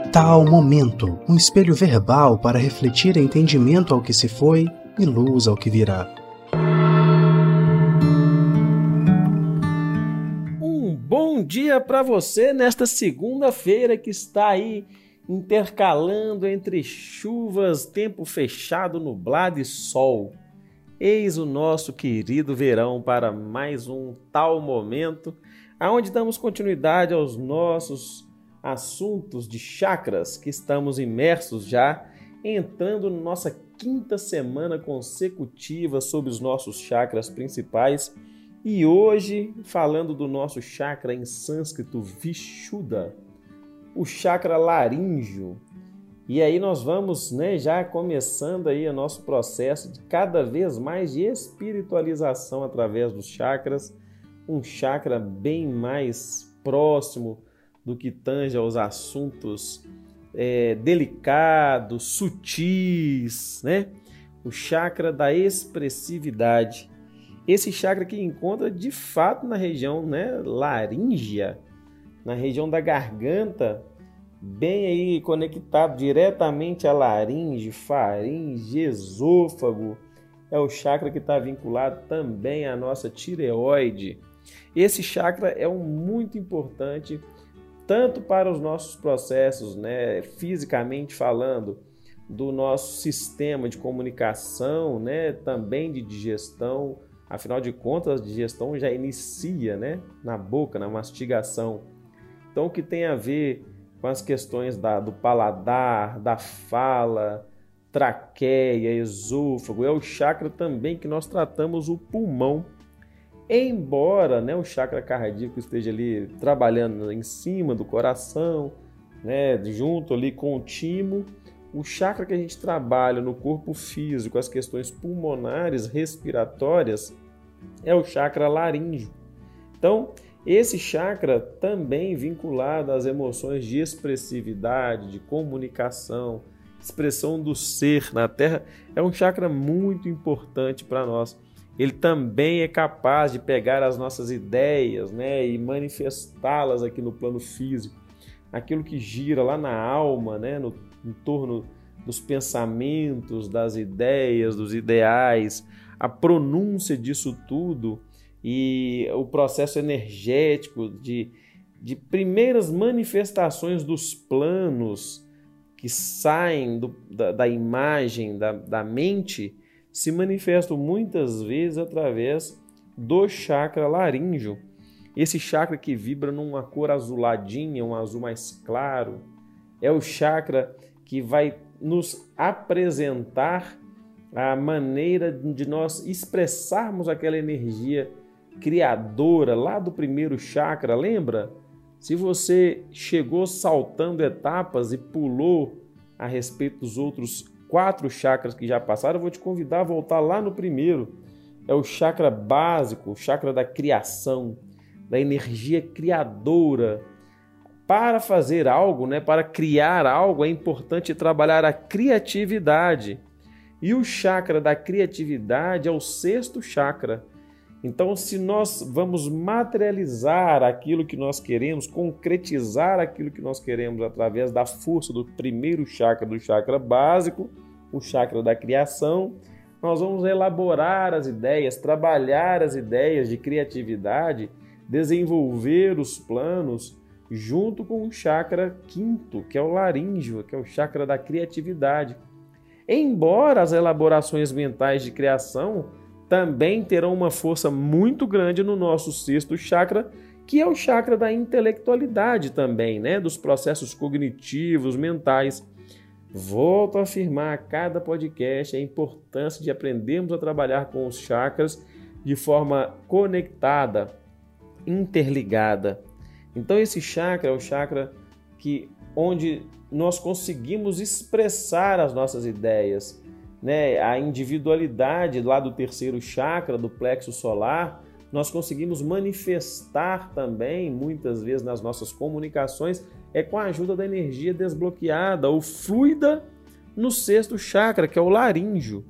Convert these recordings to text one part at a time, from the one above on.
Tal momento, um espelho verbal para refletir entendimento ao que se foi e luz ao que virá. Um bom dia para você nesta segunda-feira que está aí intercalando entre chuvas, tempo fechado, nublado e sol. Eis o nosso querido verão para mais um tal momento, aonde damos continuidade aos nossos assuntos de chakras que estamos imersos já, entrando na nossa quinta semana consecutiva sobre os nossos chakras principais e hoje falando do nosso chakra em sânscrito Vishuddha, o chakra laríngeo. E aí nós vamos, já começando aí o nosso processo de cada vez mais de espiritualização através dos chakras, um chakra bem mais próximo do que tange aos assuntos delicados, sutis, O chakra da expressividade. Esse chakra que encontra de fato na região laríngea, na região da garganta, bem aí conectado diretamente à laringe, faringe, esôfago. É o chakra que está vinculado também à nossa tireoide. Esse chakra é muito importante tanto para os nossos processos, fisicamente falando, do nosso sistema de comunicação, também de digestão. Afinal de contas, a digestão já inicia, na boca, na mastigação. Então, o que tem a ver com as questões do paladar, da fala, traqueia, esôfago, é o chakra também que nós tratamos o pulmão. Embora o chakra cardíaco esteja ali trabalhando em cima do coração, junto ali com o timo, o chakra que a gente trabalha no corpo físico, as questões pulmonares, respiratórias, é o chakra laríngeo. Então, esse chakra também vinculado às emoções de expressividade, de comunicação, expressão do ser na Terra, é um chakra muito importante para nós. Ele também é capaz de pegar as nossas ideias e manifestá-las aqui no plano físico. Aquilo que gira lá na alma, em torno dos pensamentos, das ideias, dos ideais, a pronúncia disso tudo e o processo energético de primeiras manifestações dos planos que saem da imagem, da mente, se manifestam muitas vezes através do chakra laríngeo. Esse chakra que vibra numa cor azuladinha, um azul mais claro, é o chakra que vai nos apresentar a maneira de nós expressarmos aquela energia criadora lá do primeiro chakra, lembra? Se você chegou saltando etapas e pulou a respeito dos outros 4 chakras que já passaram, eu vou te convidar a voltar lá no primeiro. É o chakra básico, o chakra da criação, da energia criadora. Para fazer algo, para criar algo, é importante trabalhar a criatividade. E o chakra da criatividade é o 6º chakra. Então, se nós vamos materializar aquilo que nós queremos, concretizar aquilo que nós queremos através da força do primeiro chakra, do chakra básico, o chakra da criação, nós vamos elaborar as ideias, trabalhar as ideias de criatividade, desenvolver os planos junto com o chakra 5º, que é o laríngeo, que é o chakra da criatividade. Embora as elaborações mentais de criação também terão uma força muito grande no nosso 6º chakra, que é o chakra da intelectualidade também, dos processos cognitivos, mentais. Volto a afirmar a cada podcast a importância de aprendermos a trabalhar com os chakras de forma conectada, interligada. Então esse chakra é o chakra onde nós conseguimos expressar as nossas ideias, a individualidade lá do 3º chakra, do plexo solar, nós conseguimos manifestar também, muitas vezes nas nossas comunicações, com a ajuda da energia desbloqueada ou fluida no 6º chakra, que é o laríngeo.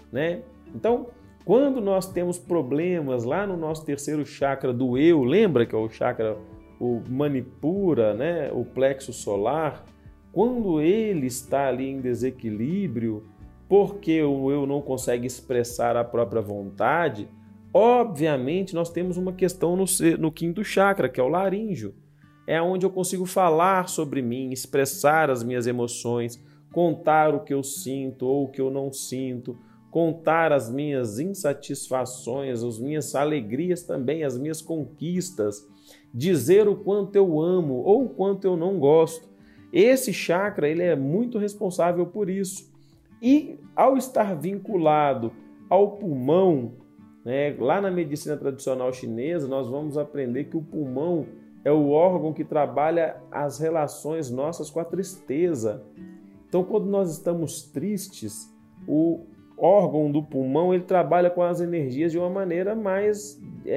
Então, quando nós temos problemas lá no nosso 3º chakra do eu, lembra que é o chakra, o Manipura, o plexo solar, quando ele está ali em desequilíbrio, porque o eu não consegue expressar a própria vontade, obviamente nós temos uma questão no quinto chakra, que é o laríngeo. É onde eu consigo falar sobre mim, expressar as minhas emoções, contar o que eu sinto ou o que eu não sinto, contar as minhas insatisfações, as minhas alegrias também, as minhas conquistas, dizer o quanto eu amo ou o quanto eu não gosto. Esse chakra ele é muito responsável por isso. E ao estar vinculado ao pulmão, né, lá na medicina tradicional chinesa, nós vamos aprender que o pulmão é o órgão que trabalha as relações nossas com a tristeza. Então, quando nós estamos tristes, o órgão do pulmão ele trabalha com as energias de uma maneira mais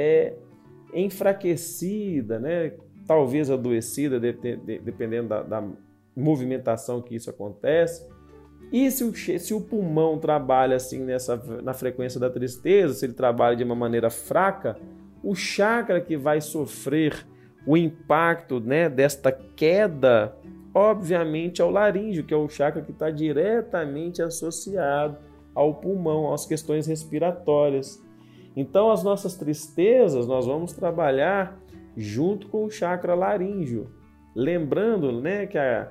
enfraquecida, né? Talvez adoecida, dependendo da movimentação que isso acontece. E se o pulmão trabalha assim na frequência da tristeza, se ele trabalha de uma maneira fraca, o chakra que vai sofrer o impacto, né, desta queda, obviamente, é o laríngeo, que é o chakra que está diretamente associado ao pulmão, às questões respiratórias. Então, as nossas tristezas, nós vamos trabalhar junto com o chakra laríngeo. Lembrando, né, que a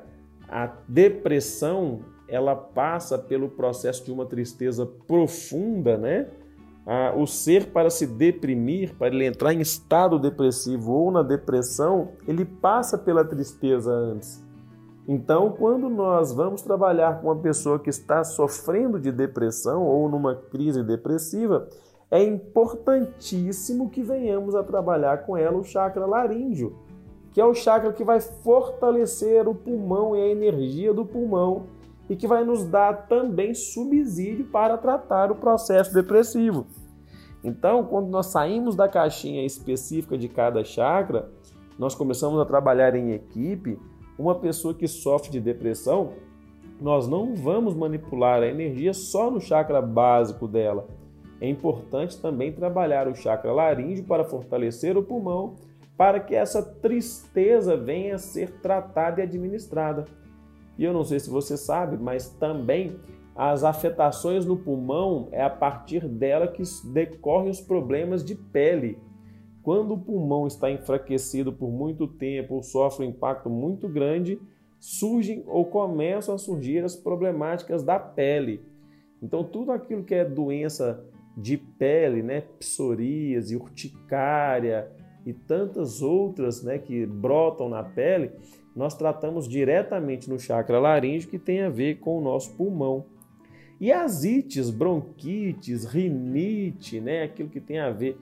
depressão, ela passa pelo processo de uma tristeza profunda, né? O ser, para se deprimir, para ele entrar em estado depressivo ou na depressão, ele passa pela tristeza antes. Então, quando nós vamos trabalhar com uma pessoa que está sofrendo de depressão ou numa crise depressiva, é importantíssimo que venhamos a trabalhar com ela o chakra laríngeo, que é o chakra que vai fortalecer o pulmão e a energia do pulmão e que vai nos dar também subsídio para tratar o processo depressivo. Então, quando nós saímos da caixinha específica de cada chakra, nós começamos a trabalhar em equipe. Uma pessoa que sofre de depressão, nós não vamos manipular a energia só no chakra básico dela. É importante também trabalhar o chakra laríngeo para fortalecer o pulmão, para que essa tristeza venha a ser tratada e administrada. E eu não sei se você sabe, mas também as afetações no pulmão é a partir dela que decorrem os problemas de pele. Quando o pulmão está enfraquecido por muito tempo ou sofre um impacto muito grande, surgem ou começam a surgir as problemáticas da pele. Então, tudo aquilo que é doença de pele, né, psoríase, urticária e tantas outras, né, que brotam na pele, nós tratamos diretamente no chakra laríngeo, que tem a ver com o nosso pulmão. E as ites, bronquites, rinite, né, aquilo que tem a ver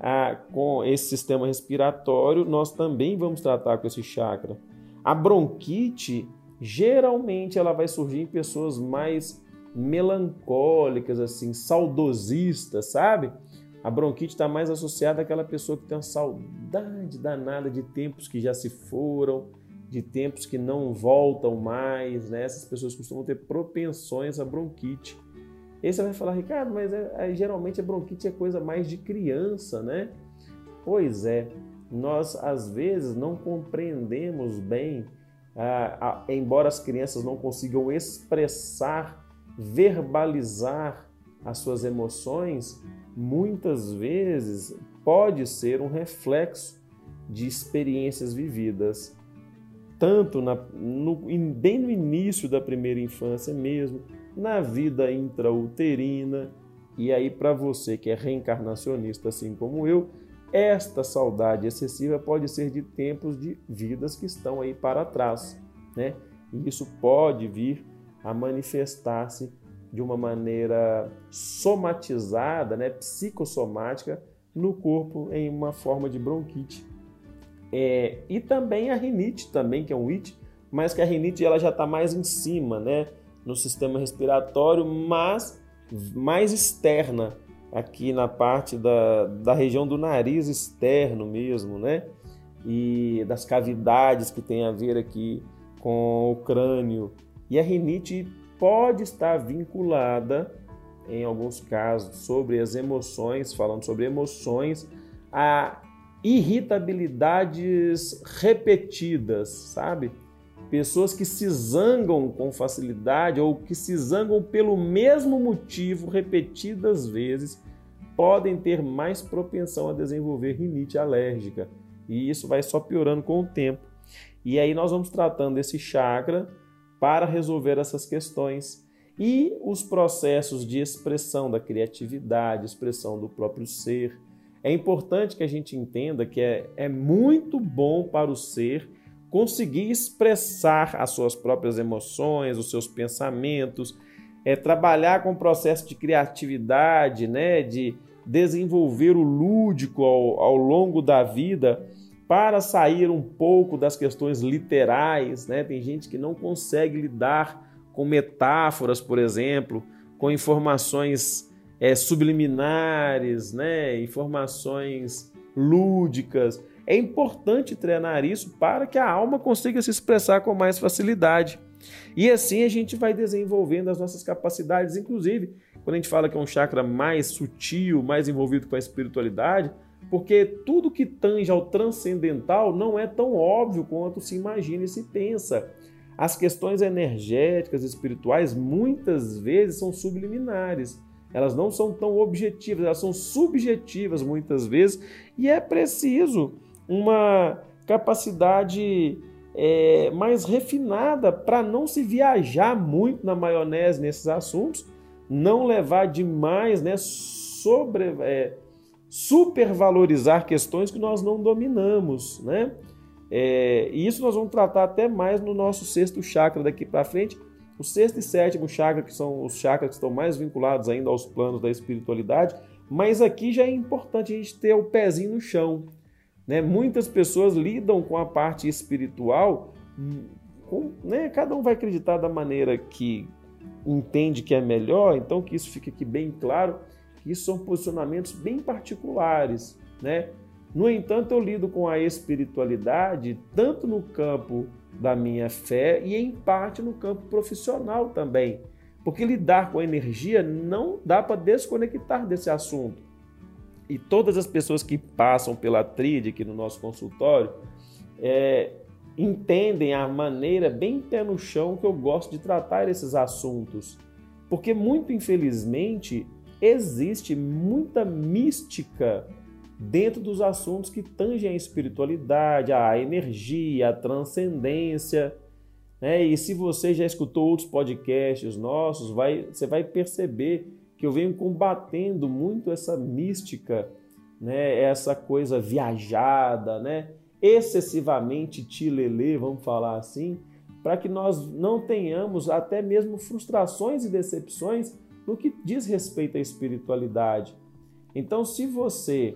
com esse sistema respiratório, nós também vamos tratar com esse chakra. A bronquite, geralmente, ela vai surgir em pessoas mais melancólicas, assim, saudosistas, sabe? A bronquite está mais associada àquela pessoa que tem uma saudade danada de tempos que já se foram, de tempos que não voltam mais, né? Essas pessoas costumam ter propensões à bronquite. Aí você vai falar, Ricardo, mas geralmente a bronquite é coisa mais de criança, né? Pois é, nós às vezes não compreendemos bem, embora as crianças não consigam expressar, verbalizar as suas emoções, muitas vezes pode ser um reflexo de experiências vividas, tanto bem no início da primeira infância mesmo, na vida intrauterina. E aí, para você que é reencarnacionista assim como eu, esta saudade excessiva pode ser de tempos de vidas que estão aí para trás, né? E isso pode vir a manifestar-se de uma maneira somatizada, né, psicossomática, no corpo em uma forma de bronquite. E também a rinite, também, que é um it, mas que a rinite ela já está mais em cima, né, no sistema respiratório, mas mais externa, aqui na parte da região do nariz externo mesmo, né, e das cavidades que tem a ver aqui com o crânio. E a rinite pode estar vinculada, em alguns casos, sobre as emoções, falando sobre emoções, a irritabilidades repetidas, sabe? pessoas que se zangam com facilidade ou que se zangam pelo mesmo motivo repetidas vezes podem ter mais propensão a desenvolver rinite alérgica. E isso vai só piorando com o tempo. E aí nós vamos tratando esse chakra para resolver essas questões. E os processos de expressão da criatividade, expressão do próprio ser. É importante que a gente entenda que é muito bom para o ser conseguir expressar as suas próprias emoções, os seus pensamentos, trabalhar com o processo de criatividade, né, de desenvolver o lúdico ao longo da vida para sair um pouco das questões literais, né? Tem gente que não consegue lidar com metáforas, por exemplo, com informações subliminares, né? Informações lúdicas. É importante treinar isso para que a alma consiga se expressar com mais facilidade. E assim a gente vai desenvolvendo as nossas capacidades, inclusive quando a gente fala que é um chakra mais sutil, mais envolvido com a espiritualidade, porque tudo que tange ao transcendental não é tão óbvio quanto se imagina e se pensa. As questões energéticas, espirituais, muitas vezes são subliminares. Elas não são tão objetivas, elas são subjetivas muitas vezes, e é preciso uma capacidade mais refinada para não se viajar muito na maionese nesses assuntos, não levar demais, né, supervalorizar questões que nós não dominamos, né? E isso nós vamos tratar até mais no nosso sexto chakra daqui para frente. O sexto e sétimo chakra, que são os chakras que estão mais vinculados ainda aos planos da espiritualidade, mas aqui já é importante a gente ter o pezinho no chão, né? Muitas pessoas lidam com a parte espiritual, né? Cada um vai acreditar da maneira que entende que é melhor, então que isso fique aqui bem claro, que isso são posicionamentos bem particulares, né? No entanto, eu lido com a espiritualidade tanto no campo da minha fé e em parte no campo profissional também, porque lidar com a energia não dá para desconectar desse assunto. E todas as pessoas que passam pela tríade aqui no nosso consultório entendem a maneira bem pé no chão que eu gosto de tratar esses assuntos, porque muito infelizmente existe muita mística dentro dos assuntos que tangem a espiritualidade, a energia, a transcendência, né? E se você já escutou outros podcasts nossos, você vai perceber que eu venho combatendo muito essa mística, né? Essa coisa viajada, né? Excessivamente tilelê, vamos falar assim, para que nós não tenhamos até mesmo frustrações e decepções no que diz respeito à espiritualidade. Então, se você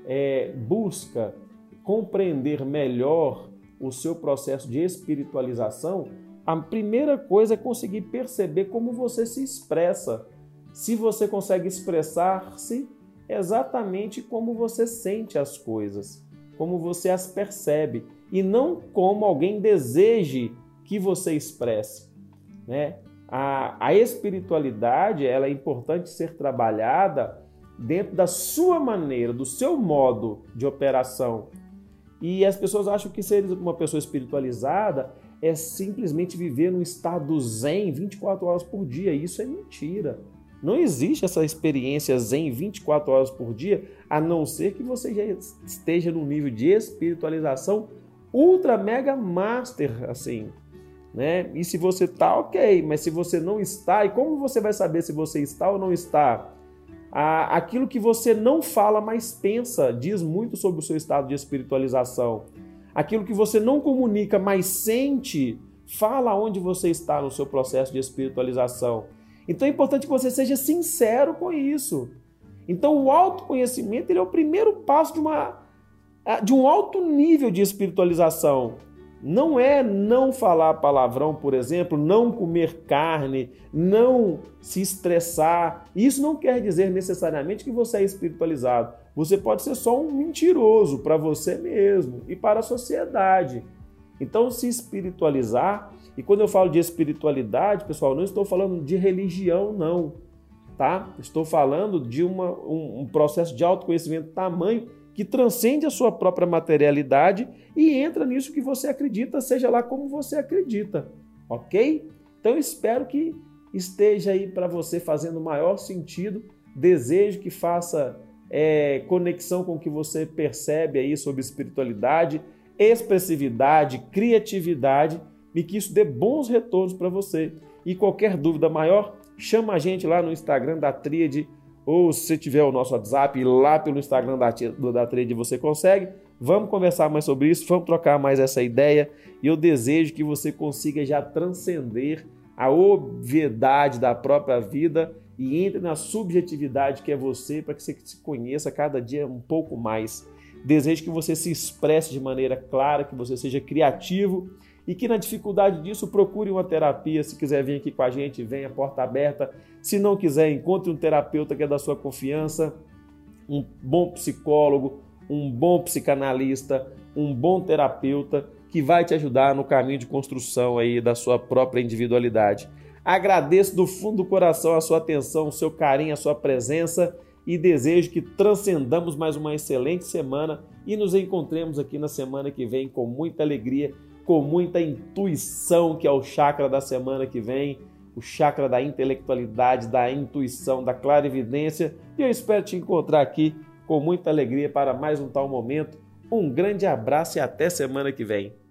busca compreender melhor o seu processo de espiritualização, a primeira coisa é conseguir perceber como você se expressa. Se você consegue expressar-se exatamente como você sente as coisas, como você as percebe, e não como alguém deseje que você expresse, né? A espiritualidade, ela é importante ser trabalhada dentro da sua maneira, do seu modo de operação. E as pessoas acham que ser uma pessoa espiritualizada é simplesmente viver num estado zen 24 horas por dia. Isso é mentira. Não existe essa experiência zen 24 horas por dia, a não ser que você já esteja num nível de espiritualização ultra mega master, assim, né? E se você está, ok, mas se você não está, e como você vai saber se você está ou não está? Aquilo que você não fala, mas pensa, diz muito sobre o seu estado de espiritualização. Aquilo que você não comunica, mas sente, fala onde você está no seu processo de espiritualização. Então é importante que você seja sincero com isso. Então o autoconhecimento ele é o primeiro passo de um alto nível de espiritualização. Não é não falar palavrão, por exemplo, não comer carne, não se estressar. Isso não quer dizer necessariamente que você é espiritualizado. Você pode ser só um mentiroso para você mesmo e para a sociedade. Então, se espiritualizar, e quando eu falo de espiritualidade, pessoal, não estou falando de religião, não, tá? Estou falando de um processo de autoconhecimento tamanho que transcende a sua própria materialidade e entra nisso que você acredita, seja lá como você acredita, ok? Então, espero que esteja aí para você fazendo maior sentido. Desejo que faça conexão com o que você percebe aí sobre espiritualidade, expressividade, criatividade e que isso dê bons retornos para você. E qualquer dúvida maior, chama a gente lá no Instagram da Tríade, ou se tiver o nosso WhatsApp, lá pelo Instagram da Tríade você consegue. Vamos conversar mais sobre isso, vamos trocar mais essa ideia e eu desejo que você consiga já transcender a obviedade da própria vida e entre na subjetividade que é você, para que você se conheça cada dia um pouco mais. Desejo que você se expresse de maneira clara, que você seja criativo e que na dificuldade disso procure uma terapia. Se quiser vir aqui com a gente, venha, porta aberta. Se não quiser, encontre um terapeuta que é da sua confiança, um bom psicólogo, um bom psicanalista, um bom terapeuta que vai te ajudar no caminho de construção aí da sua própria individualidade. Agradeço do fundo do coração a sua atenção, o seu carinho, a sua presença e desejo que transcendamos mais uma excelente semana e nos encontremos aqui na semana que vem com muita alegria, com muita intuição, que é o chakra da semana que vem, o chakra da intelectualidade, da intuição, da clarividência. E eu espero te encontrar aqui com muita alegria para mais um tal momento. Um grande abraço e até semana que vem.